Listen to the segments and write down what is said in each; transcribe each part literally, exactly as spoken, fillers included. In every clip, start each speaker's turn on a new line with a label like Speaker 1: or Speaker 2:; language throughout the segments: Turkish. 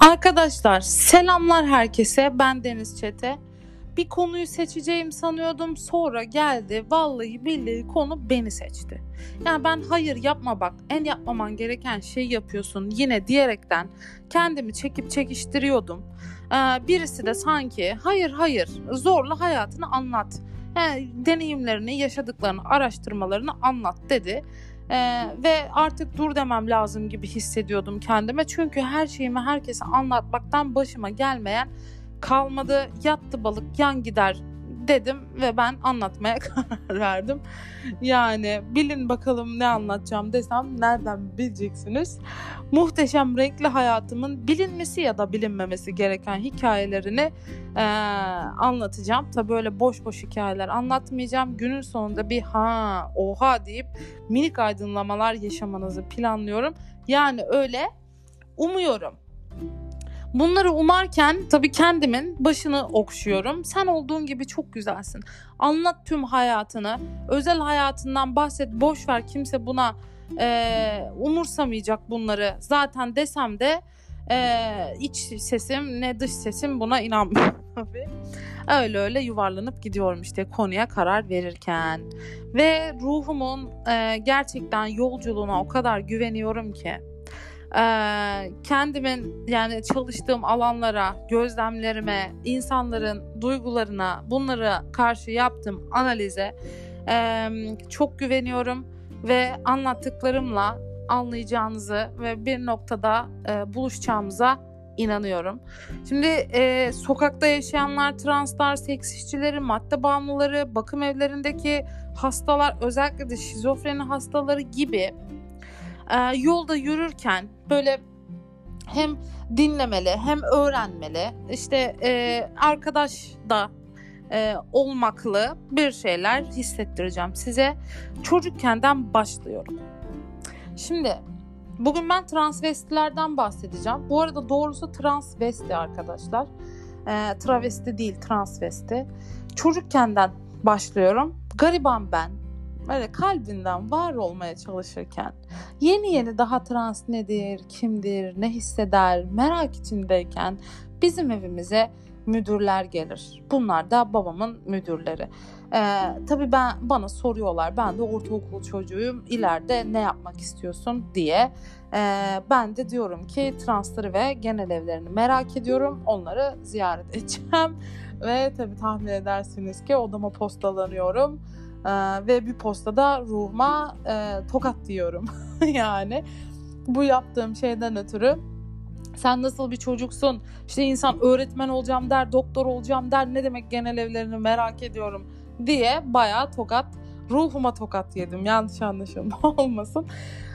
Speaker 1: Arkadaşlar selamlar herkese, ben Deniz Çete. Bir konuyu seçeceğim sanıyordum, sonra geldi vallahi billahi konu beni seçti. Yani ben hayır yapma bak, en yapmaman gereken şeyi yapıyorsun yine diyerekten kendimi çekip çekiştiriyordum. Ee, birisi de sanki hayır hayır zorla hayatını anlat. Yani deneyimlerini, yaşadıklarını, araştırmalarını anlat dedi. Ee, ve artık dur demem lazım gibi hissediyordum kendime. Çünkü her şeyimi herkese anlatmaktan başıma gelmeyen kalmadı. Yattı balık yan gider dedim ve ben anlatmaya karar verdim. Yani bilin bakalım ne anlatacağım desem nereden bileceksiniz? Muhteşem renkli hayatımın bilinmesi ya da bilinmemesi gereken hikayelerini ee, anlatacağım. Tabii böyle boş boş hikayeler anlatmayacağım. Günün sonunda bir ha oha deyip minik aydınlamalar yaşamanızı planlıyorum. Yani öyle umuyorum. Bunları umarken tabii kendimin başını okşuyorum. Sen olduğun gibi çok güzelsin. Anlat tüm hayatını. Özel hayatından bahset. Boş ver, kimse buna e, umursamayacak bunları. Zaten desem de e, iç sesim ne dış sesim buna inanmıyor tabii. Öyle öyle yuvarlanıp gidiyorum işte konuya karar verirken. Ve ruhumun e, gerçekten yolculuğuna o kadar güveniyorum ki. Ee, kendimin yani çalıştığım alanlara, gözlemlerime, insanların duygularına, bunlara karşı yaptığım analize e, çok güveniyorum ve anlattıklarımla anlayacağınızı ve bir noktada e, buluşacağımıza inanıyorum. Şimdi e, sokakta yaşayanlar, translar, seks işçileri, madde bağımlıları, bakım evlerindeki hastalar, özellikle de şizofreni hastaları gibi Ee, yolda yürürken böyle hem dinlemeli hem öğrenmeli işte e, arkadaş da e, olmaklı bir şeyler hissettireceğim size. Çocukkenden başlıyorum. Şimdi bugün ben transvestilerden bahsedeceğim. Bu arada doğrusu transvesti arkadaşlar. E, travesti değil, transvesti. Çocukkenden başlıyorum. Gariban ben. Böyle kalbinden var olmaya çalışırken yeni yeni daha trans nedir, kimdir, ne hisseder merak içindeyken bizim evimize müdürler gelir. Bunlar da babamın müdürleri. Ee, tabii ben bana soruyorlar, ben de ortaokul çocuğuyum, ileride ne yapmak istiyorsun diye. Ee, ben de diyorum ki transları ve genel evlerini merak ediyorum, onları ziyaret edeceğim. Ve tabii tahmin edersiniz ki odama postalanıyorum. Ee, ve bir postada ruhuma e, tokat diyorum. Yani bu yaptığım şeyden ötürü sen nasıl bir çocuksun? İşte insan öğretmen olacağım der, doktor olacağım der. Ne demek genel evlerini merak ediyorum diye bayağı tokat, ruhuma tokat yedim. Yanlış anlaşılma olmasın.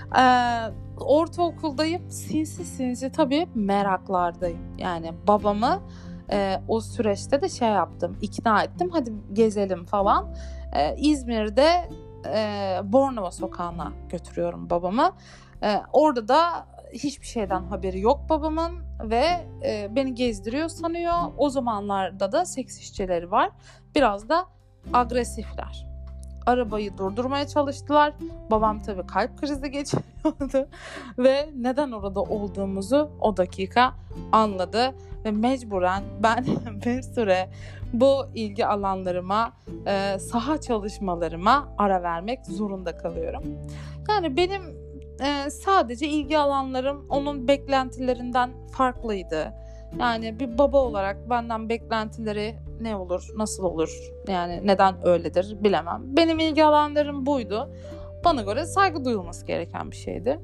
Speaker 1: Ee, ortaokuldayım. Sinsi sinsi tabii meraklardayım. Yani babamı e, o süreçte de şey yaptım, ikna ettim. Hadi gezelim falan. Ee, İzmir'de e, Bornova Sokağı'na götürüyorum babamı. Ee, orada da hiçbir şeyden haberi yok babamın ve e, beni gezdiriyor sanıyor. O zamanlarda da seks işçileri var. Biraz da agresifler. Arabayı durdurmaya çalıştılar. Babam tabii kalp krizi geçiriyordu ve neden orada olduğumuzu o dakika anladı ve mecburen ben bir süre bu ilgi alanlarıma, e, saha çalışmalarıma ara vermek zorunda kalıyorum. Yani benim e, sadece ilgi alanlarım onun beklentilerinden farklıydı. Yani bir baba olarak benden beklentileri ne olur, nasıl olur, yani neden öyledir bilemem. Benim ilgi alanlarım buydu. Bana göre saygı duyulması gereken bir şeydi.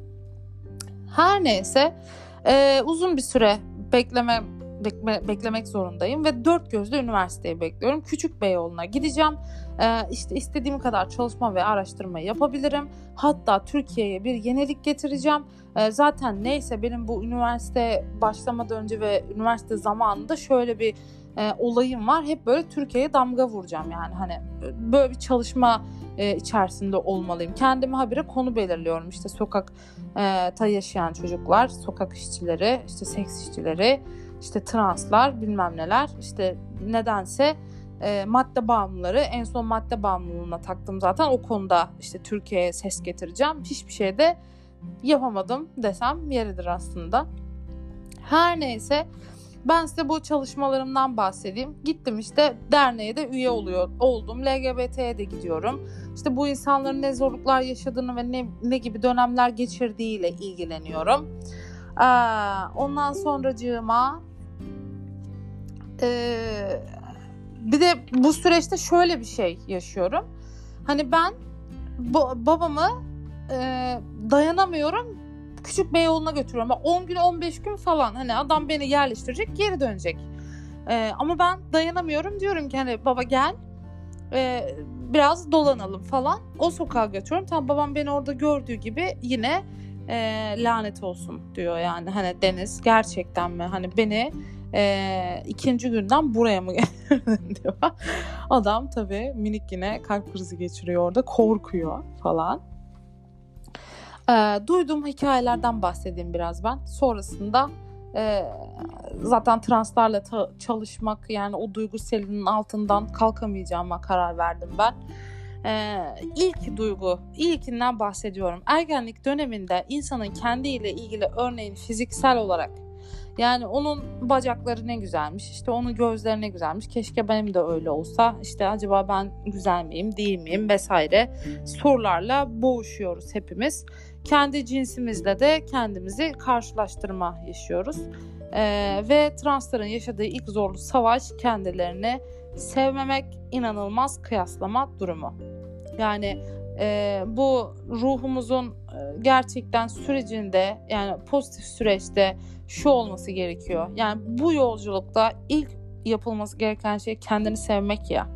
Speaker 1: Her neyse e, uzun bir süre bekleme, bekle, beklemek zorundayım ve dört gözle üniversiteyi bekliyorum. Küçükbeyoğlu'na gideceğim. E, işte istediğim kadar çalışma ve araştırma yapabilirim. Hatta Türkiye'ye bir yenilik getireceğim. E, zaten neyse benim bu üniversite başlamadan önce ve üniversite zamanında şöyle bir e, olayım var. Hep böyle Türkiye'ye damga vuracağım yani hani böyle bir çalışma e, içerisinde olmalıyım. Kendime habire konu belirliyorum. İşte sokakta yaşayan çocuklar, sokak işçileri, işte seks işçileri, işte translar, bilmem neler. İşte nedense e, madde bağımlıları, en son madde bağımlılığına taktım zaten. O konuda işte Türkiye'ye ses getireceğim. Hiçbir şey de yapamadım desem yeridir aslında. Her neyse, ben size bu çalışmalarımdan bahsedeyim. Gittim işte derneğe de üye oluyor oldum. L G B T'ye de gidiyorum. İşte bu insanların ne zorluklar yaşadığını ve ne, ne gibi dönemler geçirdiğiyle ilgileniyorum. Ee, ondan sonracığıma e, bir de bu süreçte şöyle bir şey yaşıyorum. Hani ben bu, babamı e, dayanamıyorum. Küçük Beyoğlu'na götürüyorum. on gün on beş gün falan, hani adam beni yerleştirecek, geri dönecek. Ee, ama ben dayanamıyorum, diyorum ki hani baba gel e, biraz dolanalım falan. O sokağa götürüyorum. Tamam, babam beni orada gördüğü gibi yine e, lanet olsun diyor yani. Hani Deniz gerçekten mi? Hani beni e, ikinci günden buraya mı getirdin diyor. Adam tabii minik yine kalp krizi geçiriyor orada. Korkuyor falan. E, duyduğum hikayelerden bahsedeyim biraz ben. Sonrasında e, zaten translarla ta- çalışmak, yani o duygu selinin altından kalkamayacağıma karar verdim ben. E, ilk duygu, ilkinden bahsediyorum. Ergenlik döneminde insanın kendiyle ilgili, örneğin fiziksel olarak, yani onun bacakları ne güzelmiş, işte onun gözleri ne güzelmiş, keşke benim de öyle olsa, işte acaba ben güzel miyim, değil miyim vesaire sorularla boğuşuyoruz hepimiz. Kendi cinsimizle de kendimizi karşılaştırma yaşıyoruz. Ee, ve transların yaşadığı ilk zorlu savaş kendilerini sevmemek, inanılmaz kıyaslama durumu. Yani e, bu ruhumuzun e, gerçekten sürecinde, yani pozitif süreçte şu olması gerekiyor. Yani bu yolculukta ilk yapılması gereken şey kendini sevmek ya.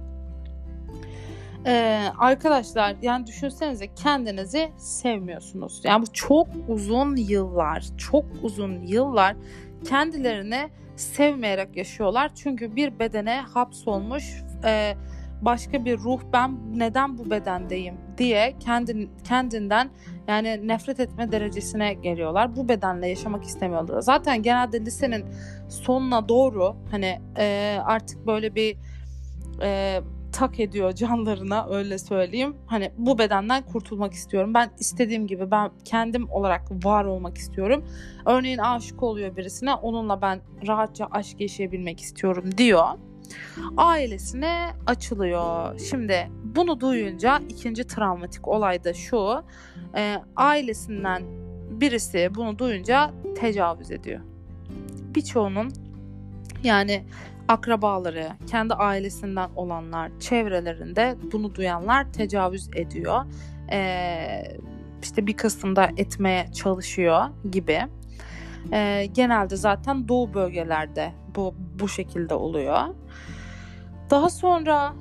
Speaker 1: Ee, arkadaşlar, yani düşünsenize, kendinizi sevmiyorsunuz. Yani bu çok uzun yıllar, çok uzun yıllar kendilerini sevmeyerek yaşıyorlar. Çünkü bir bedene hapsolmuş e, başka bir ruh, ben neden bu bedendeyim diye kendin, kendinden yani nefret etme derecesine geliyorlar. Bu bedenle yaşamak istemiyorlar. Zaten genelde lisenin sonuna doğru hani e, artık böyle bir e, tak ediyor canlarına, öyle söyleyeyim. Hani bu bedenden kurtulmak istiyorum. Ben istediğim gibi, ben kendim olarak var olmak istiyorum. Örneğin aşık oluyor birisine, onunla ben rahatça aşk yaşayabilmek istiyorum diyor. Ailesine açılıyor. Şimdi bunu duyunca ikinci travmatik olay da şu. E, ailesinden birisi bunu duyunca tecavüz ediyor. Birçoğunun, yani akrabaları, kendi ailesinden olanlar, çevrelerinde bunu duyanlar tecavüz ediyor. Ee, işte bir kısımda etmeye çalışıyor gibi. Ee, genelde zaten doğu bölgelerde bu bu şekilde oluyor. Daha sonra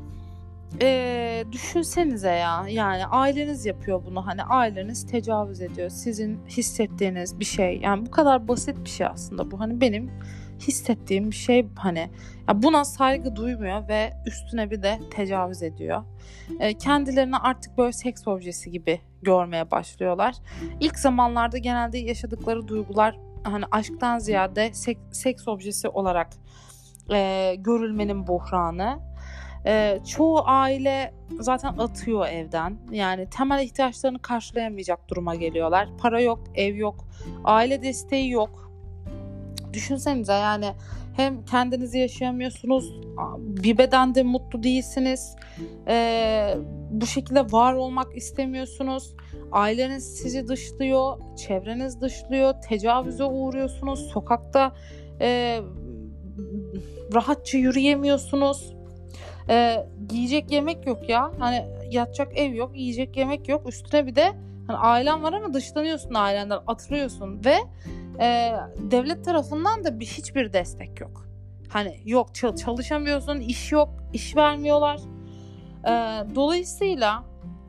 Speaker 1: e, düşünsenize ya, yani aileniz yapıyor bunu, hani aileniz tecavüz ediyor. Sizin hissettiğiniz bir şey, yani bu kadar basit bir şey aslında bu. Hani benim hissettiğim bir şey, hani ya buna saygı duymuyor ve üstüne bir de tecavüz ediyor. E, kendilerini artık böyle seks objesi gibi görmeye başlıyorlar. İlk zamanlarda genelde yaşadıkları duygular hani aşktan ziyade sek, seks objesi olarak e, görülmenin buhranı. E, çoğu aile zaten atıyor evden. Yani temel ihtiyaçlarını karşılayamayacak duruma geliyorlar. Para yok, ev yok, aile desteği yok. Düşünsenize, yani hem kendinizi yaşayamıyorsunuz, bir bedende mutlu değilsiniz, ee, bu şekilde var olmak istemiyorsunuz, aileniz sizi dışlıyor, çevreniz dışlıyor, tecavüze uğruyorsunuz, sokakta e, rahatça yürüyemiyorsunuz, e, yiyecek yemek yok ya, hani yatacak ev yok, yiyecek yemek yok, üstüne bir de hani ailen var ama dışlanıyorsun, ailenden atılıyorsun ve Ee, devlet tarafından da bir hiçbir destek yok. Hani yok, çalışamıyorsun, iş yok, iş vermiyorlar. Ee, dolayısıyla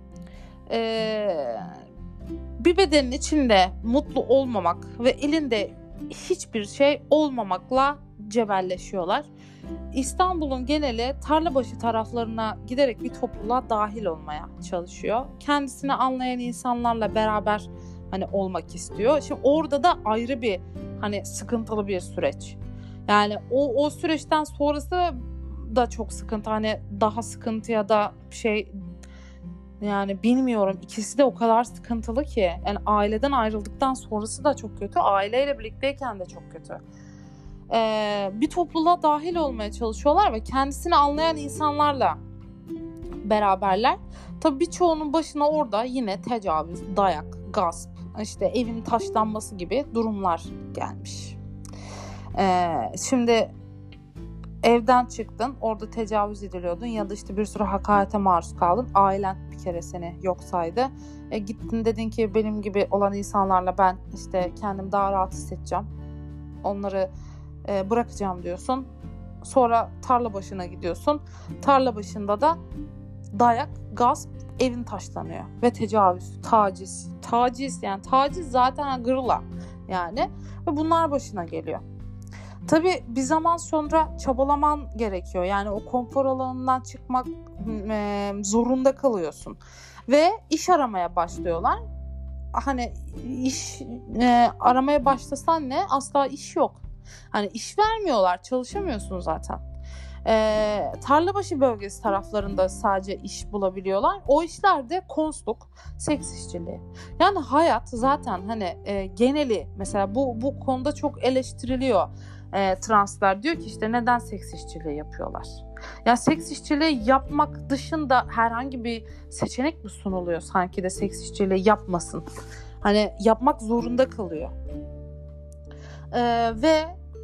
Speaker 1: e, bir bedenin içinde mutlu olmamak ve elinde hiçbir şey olmamakla cebelleşiyorlar. İstanbul'un geneli Tarlabaşı taraflarına giderek bir topluluğa dahil olmaya çalışıyor. Kendisini anlayan insanlarla beraber hani olmak istiyor. Şimdi orada da ayrı bir hani sıkıntılı bir süreç. Yani o o süreçten sonrası da çok sıkıntı. Hani daha sıkıntıya da şey, yani bilmiyorum, ikisi de o kadar sıkıntılı ki. Yani aileden ayrıldıktan sonrası da çok kötü. Aileyle birlikteyken de çok kötü. e, bir topluluğa dahil olmaya çalışıyorlar ve kendisini anlayan insanlarla beraberler. Tabii birçoğunun başına orada yine tecavüz, dayak, gasp, işte evin taşlanması gibi durumlar gelmiş. Ee, şimdi evden çıktın, orada tecavüz ediliyordun ya da işte bir sürü hakarete maruz kaldın. Ailen bir kere seni yok saydı. E, gittin dedin ki benim gibi olan insanlarla ben işte kendimi daha rahat hissedeceğim. Onları e, bırakacağım diyorsun. Sonra tarla başına gidiyorsun. Tarla başında da dayak, gasp, evin taşlanıyor ve tecavüz, taciz, taciz yani taciz zaten gırla yani ve bunlar başına geliyor. Tabii bir zaman sonra çabalaman gerekiyor. Yani o konfor alanından çıkmak e, zorunda kalıyorsun. Ve iş aramaya başlıyorlar. Hani iş e, aramaya başlasan ne? Asla iş yok. Hani iş vermiyorlar, çalışamıyorsun zaten. E, Tarlabaşı bölgesi taraflarında sadece iş bulabiliyorlar. O işlerde konsluk, seks işçiliği. Yani hayat zaten hani e, geneli mesela bu bu konuda çok eleştiriliyor. E, translar diyor ki işte neden seks işçiliği yapıyorlar? Ya seks işçiliği yapmak dışında herhangi bir seçenek mi sunuluyor sanki de seks işçiliği yapmasın? Hani yapmak zorunda kalıyor. E, ve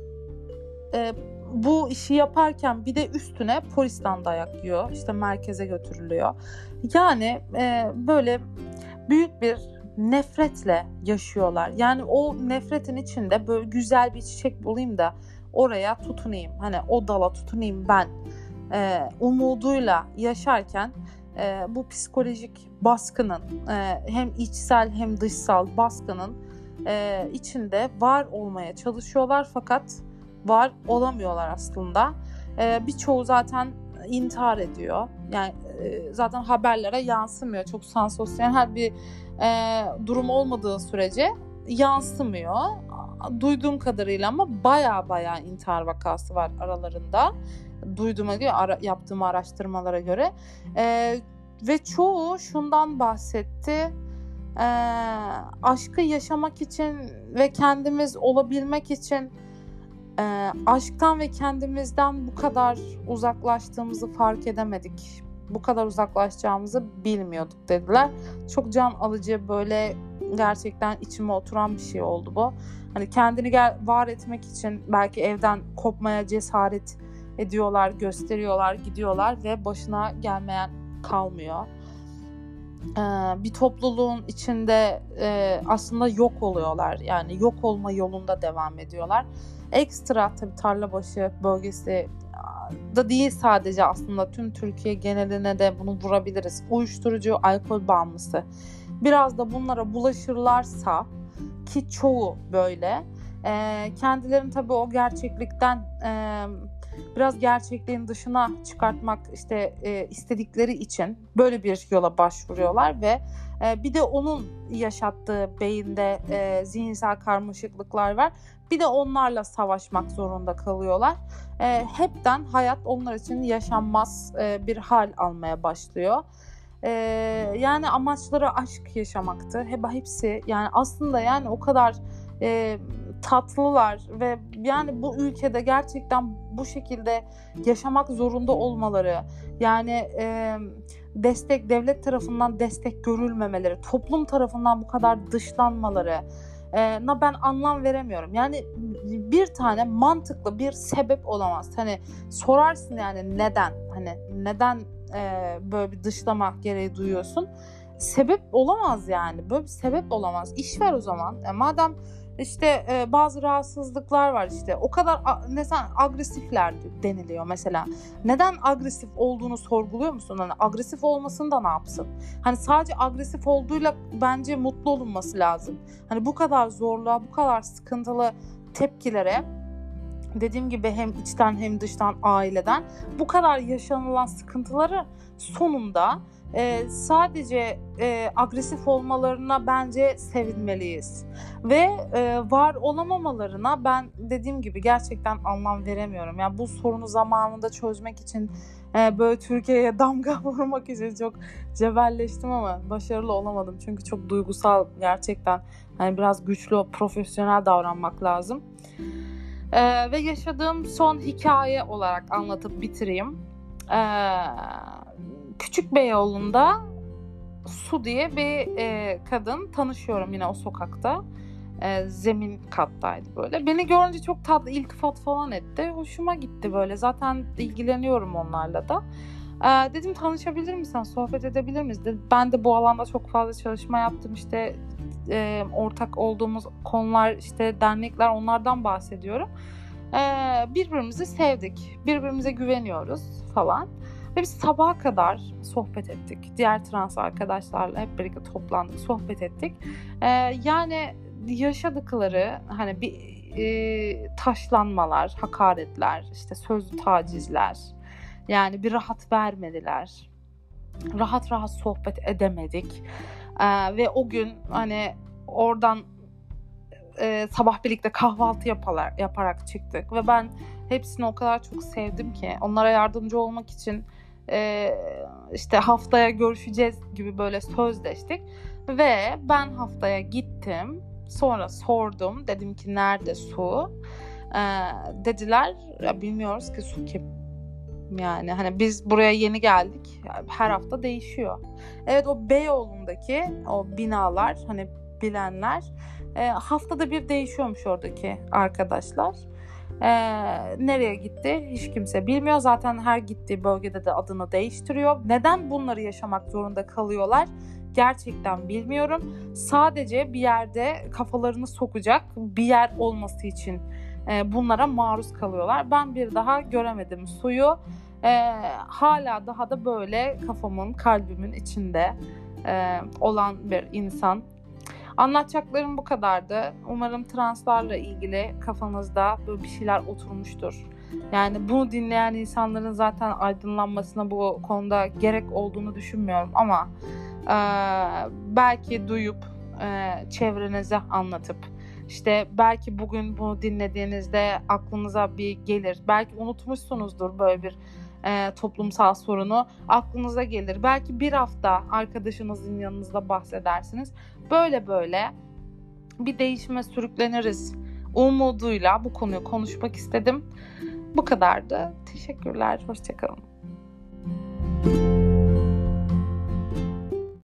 Speaker 1: e, bu işi yaparken bir de üstüne polisten dayak yiyor. İşte merkeze götürülüyor. Yani e, böyle büyük bir nefretle yaşıyorlar. Yani o nefretin içinde böyle güzel bir çiçek bulayım da oraya tutunayım. Hani o dala tutunayım ben. E, umuduyla yaşarken e, bu psikolojik baskının e, hem içsel hem dışsal baskının e, içinde var olmaya çalışıyorlar fakat var olamıyorlar aslında. E, birçoğu zaten intihar ediyor. Yani e, zaten haberlere yansımıyor. Çok sansasyonel bir e, durum olmadığı sürece yansımıyor. Duyduğum kadarıyla ama baya baya intihar vakası var aralarında. Duyduğuma göre, ara, yaptığım araştırmalara göre. E, ve çoğu şundan bahsetti. E, aşkı yaşamak için ve kendimiz olabilmek için e, aşktan ve kendimizden bu kadar uzaklaştığımızı fark edemedik. Bu kadar uzaklaşacağımızı bilmiyorduk dediler. Çok can alıcı, böyle gerçekten içime oturan bir şey oldu bu. Hani kendini gel, var etmek için belki evden kopmaya cesaret ediyorlar, gösteriyorlar, gidiyorlar ve başına gelmeyen kalmıyor. Ee, bir topluluğun içinde e, aslında yok oluyorlar. Yani yok olma yolunda devam ediyorlar. Ekstra tabii Tarlabaşı bölgesi da değil sadece, aslında tüm Türkiye geneline de bunu vurabiliriz. Uyuşturucu, alkol bağımlısı. Biraz da bunlara bulaşırlarsa, ki çoğu böyle, e, kendilerini tabii o gerçeklikten e, biraz gerçekliğin dışına çıkartmak işte e, istedikleri için böyle bir yola başvuruyorlar ve e, bir de onun yaşattığı beyinde e, zihinsel karmaşıklıklar var. Bir de onlarla savaşmak zorunda kalıyorlar. E, hepten hayat onlar için yaşanmaz e, bir hal almaya başlıyor. E, yani amaçları aşk yaşamaktı. Hep hepsi yani aslında yani o kadar e, tatlılar ve yani bu ülkede gerçekten bu şekilde yaşamak zorunda olmaları, yani e, destek, devlet tarafından destek görülmemeleri, toplum tarafından bu kadar dışlanmaları e, na ben anlam veremiyorum. Yani bir tane mantıklı bir sebep olamaz. Hani sorarsın yani neden? Hani neden e, böyle bir dışlama gereği duyuyorsun? Sebep olamaz yani. Böyle bir sebep olamaz. İş ver o zaman. E, madem İşte e, bazı rahatsızlıklar var, işte o kadar mesela agresifler deniliyor mesela. Neden agresif olduğunu sorguluyor musun? Hani agresif olmasını da ne yapsın? Hani sadece agresif olduğuyla bence mutlu olunması lazım. Hani bu kadar zorluğa, bu kadar sıkıntılı tepkilere, dediğim gibi hem içten hem dıştan, aileden bu kadar yaşanılan sıkıntıları sonunda Ee, sadece e, agresif olmalarına bence sevinmeliyiz ve e, var olamamalarına ben dediğim gibi gerçekten anlam veremiyorum. Yani bu sorunu zamanında çözmek için e, böyle Türkiye'ye damga vurmak için çok cebelleştim ama başarılı olamadım çünkü çok duygusal, gerçekten yani biraz güçlü, profesyonel davranmak lazım. Ee, ve yaşadığım son hikaye olarak anlatıp bitireyim. Ee, Küçük Beyoğlu'nda Su diye bir e, kadın tanışıyorum yine o sokakta. E, zemin kattaydı böyle. Beni görünce çok tatlı iltifat falan etti. Hoşuma gitti böyle. Zaten ilgileniyorum onlarla da. E, dedim tanışabilir misin? Sohbet edebilir miyiz? Dedi. Ben de bu alanda çok fazla çalışma yaptım. İşte e, ortak olduğumuz konular, işte dernekler, onlardan bahsediyorum. E, birbirimizi sevdik. Birbirimize güveniyoruz falan. Ve biz sabaha kadar sohbet ettik. Diğer trans arkadaşlarla hep birlikte toplandık, sohbet ettik. Ee, yani yaşadıkları hani bir e, taşlanmalar, hakaretler, işte sözlü tacizler. Yani bir rahat vermediler. Rahat rahat sohbet edemedik. Ee, ve o gün hani oradan e, sabah birlikte kahvaltı yapalar, yaparak çıktık. Ve ben hepsini o kadar çok sevdim ki onlara yardımcı olmak için Ee, işte haftaya görüşeceğiz gibi böyle sözleştik ve ben haftaya gittim, sonra sordum, dedim ki nerede Su? Ee, dediler ya bilmiyoruz ki Su kim, yani hani biz buraya yeni geldik, her hafta değişiyor. Evet, o Beyoğlu'ndaki o binalar, hani bilenler, e, haftada bir değişiyormuş oradaki arkadaşlar. Ee, nereye gitti hiç kimse bilmiyor. Zaten her gittiği bölgede de adını değiştiriyor. Neden bunları yaşamak zorunda kalıyorlar? Gerçekten bilmiyorum. Sadece bir yerde kafalarını sokacak bir yer olması için e, bunlara maruz kalıyorlar. Ben bir daha göremedim Suyu. E, hala daha da böyle kafamın, kalbimin içinde e, olan bir insan. Anlatacaklarım bu kadardı. Umarım translarla ilgili kafanızda böyle bir şeyler oturmuştur. Yani bunu dinleyen insanların zaten aydınlanmasına bu konuda gerek olduğunu düşünmüyorum ama e, belki duyup e, çevrenize anlatıp, işte belki bugün bunu dinlediğinizde aklınıza bir gelir. Belki unutmuşsunuzdur böyle bir e, toplumsal sorunu, aklınıza gelir. Belki bir hafta arkadaşınızın yanınızda bahsedersiniz. Böyle böyle bir değişime sürükleniriz umuduyla bu konuyu konuşmak istedim. Bu kadardı. Teşekkürler. Hoşça kalın.